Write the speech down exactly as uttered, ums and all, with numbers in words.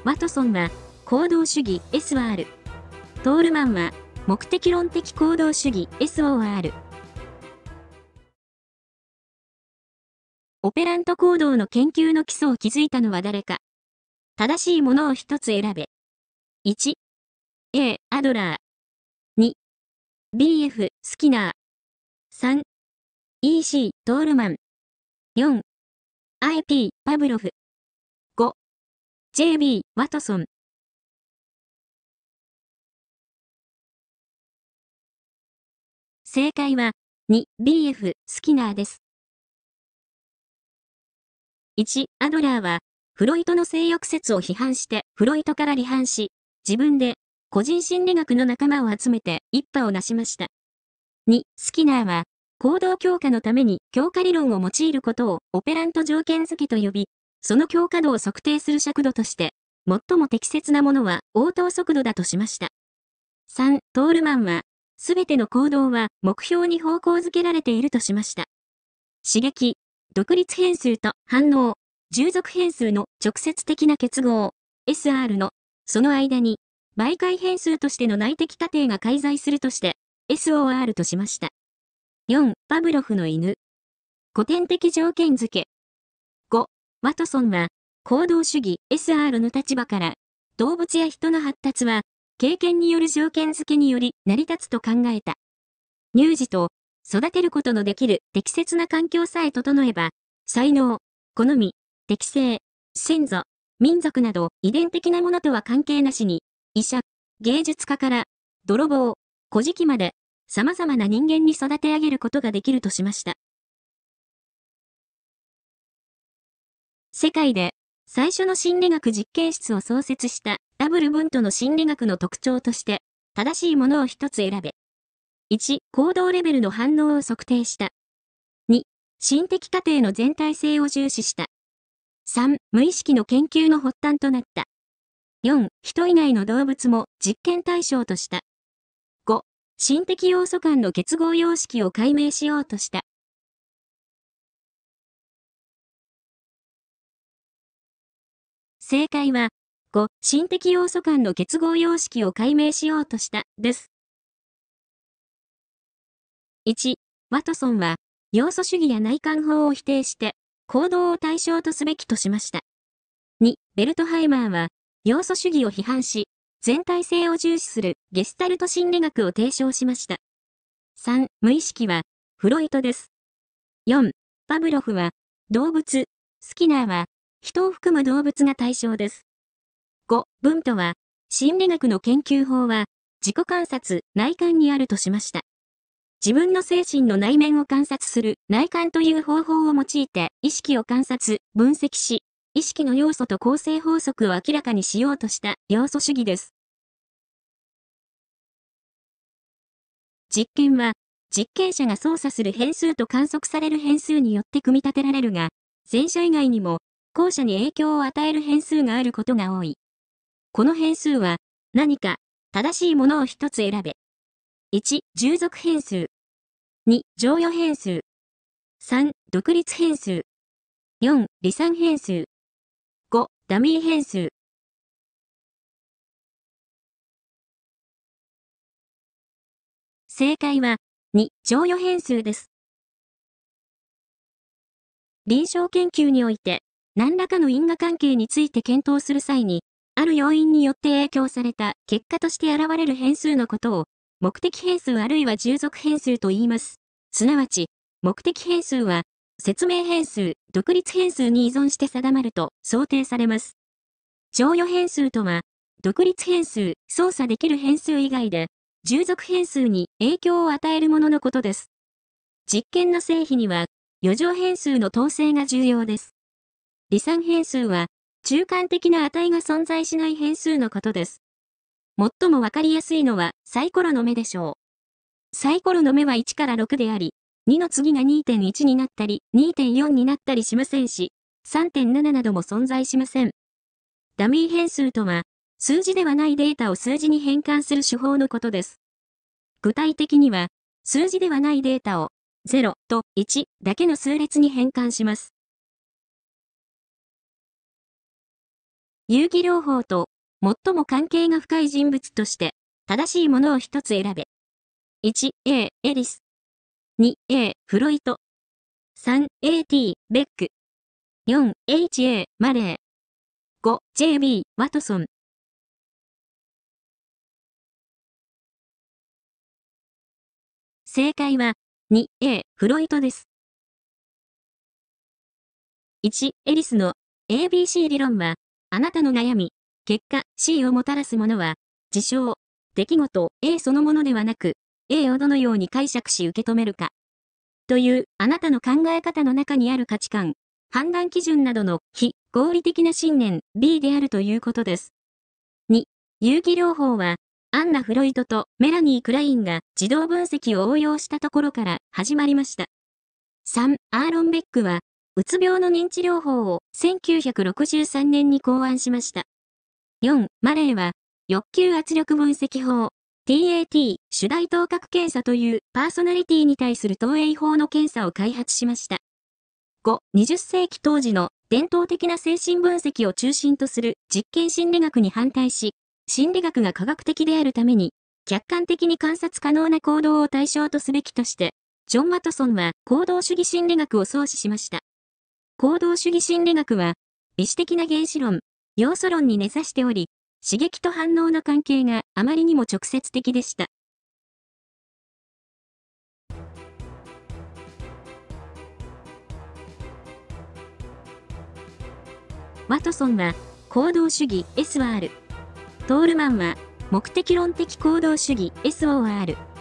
ワトソンは行動主義 エスアール。トールマンは目的論的行動主義 エスオーアール。オペラント行動の研究の基礎を築いたのは誰か。正しいものを一つ選べ。いち、A、アドラー。に、ビーエフ、スキナー。さん、イーシー、トールマン。よん、アイピー、パブロフ。ご、ジェービー、ワトソン。正解は、に、ビーエフ、スキナーです。いち、アドラーは、フロイトの性欲説を批判して、フロイトから離反し、自分で、個人心理学の仲間を集めて、一派を成しました。に、スキナーは、行動強化のために強化理論を用いることをオペラント条件付けと呼び、その強化度を測定する尺度として、最も適切なものは応答速度だとしました。さん、トールマンは、すべての行動は目標に方向づけられているとしました。刺激、独立変数と反応、従属変数の直接的な結合、エスアール の、その間に、媒介変数としての内的過程が介在するとして、エスオーアール としました。よん、パブロフの犬。古典的条件付け。ご、ワトソンは、行動主義 エスアール の立場から、動物や人の発達は、経験による条件付けにより成り立つと考えた。乳児と、育てることのできる適切な環境さえ整えば、才能、好み、適性、先祖、民族など遺伝的なものとは関係なしに、医者、芸術家から、泥棒、古事記まで、様々な人間に育て上げることができるとしました。世界で最初の心理学実験室を創設したダブルブントの心理学の特徴として、正しいものを一つ選べ。いち、行動レベルの反応を測定した。に、心的過程の全体性を重視した。さん、無意識の研究の発端となった。よん、人以外の動物も実験対象とした。ご、心的要素間の結合様式を解明しようとした。正解は、ご、心的要素間の結合様式を解明しようとした、です。いち、ワトソンは、要素主義や内観法を否定して、行動を対象とすべきとしました。に、ベルトハイマーは、要素主義を批判し、全体性を重視するゲスタルト心理学を提唱しました。さん、無意識は、フロイトです。よん、パブロフは、動物、スキナーは、人を含む動物が対象です。ご、ブントは、心理学の研究法は、自己観察、内観にあるとしました。自分の精神の内面を観察する内観という方法を用いて意識を観察、分析し、意識の要素と構成法則を明らかにしようとした要素主義です。実験は、実験者が操作する変数と観測される変数によって組み立てられるが、前者以外にも、後者に影響を与える変数があることが多い。この変数は、何か、正しいものを一つ選べ。いち、従属変数。に、乗与変数。さん、独立変数。よん、離散変数。ご、ダミー変数。正解は、に、乗与変数です。臨床研究において、何らかの因果関係について検討する際に、ある要因によって影響された結果として現れる変数のことを、目的変数あるいは従属変数と言います。すなわち、目的変数は、説明変数、独立変数に依存して定まると想定されます。乗与変数とは、独立変数、操作できる変数以外で、従属変数に影響を与えるもののことです。実験の成否には、余剰変数の統制が重要です。離散変数は、中間的な値が存在しない変数のことです。最もわかりやすいのはサイコロの目でしょう。サイコロの目はいちからろくであり、にの次が にてんいち になったり にてんよん になったりしませんし、さんてんなな なども存在しません。ダミー変数とは、数字ではないデータを数字に変換する手法のことです。具体的には、数字ではないデータをゼロといちだけの数列に変換します。 有機療法と最も関係が深い人物として正しいものを一つ選べ。いち、A、エリス。に、A、フロイト。さん、エーティー、ベック。よん、エイチエー、マレー。ご、ジェイビー、ワトソン。正解は、に、A、フロイトです。いち、エリスの エービーシー 理論は、あなたの悩み、結果 C をもたらすものは、事象、出来事 A そのものではなく、A をどのように解釈し受け止めるか。という、あなたの考え方の中にある価値観、判断基準などの非合理的な信念 B であるということです。に、有機療法は、アンナ・フロイトとメラニー・クラインが自動分析を応用したところから始まりました。さん、アーロン・ベックは、うつ病の認知療法をせんきゅうひゃくろくじゅうさんねんに考案しました。よん、マレーは、欲求圧力分析法、ティーエーティー、主題頭角検査というパーソナリティに対する投影法の検査を開発しました。ご、にじゅっせいき当時の伝統的な精神分析を中心とする実験心理学に反対し、心理学が科学的であるために、客観的に観察可能な行動を対象とすべきとして、ジョン・ワトソンは行動主義心理学を創始しました。行動主義心理学は、微視的な原子論、要素論に根ざしており、刺激と反応の関係があまりにも直接的でした。ワトソンは行動主義 エスオーアール。トールマンは目的論的行動主義 エスオーアール。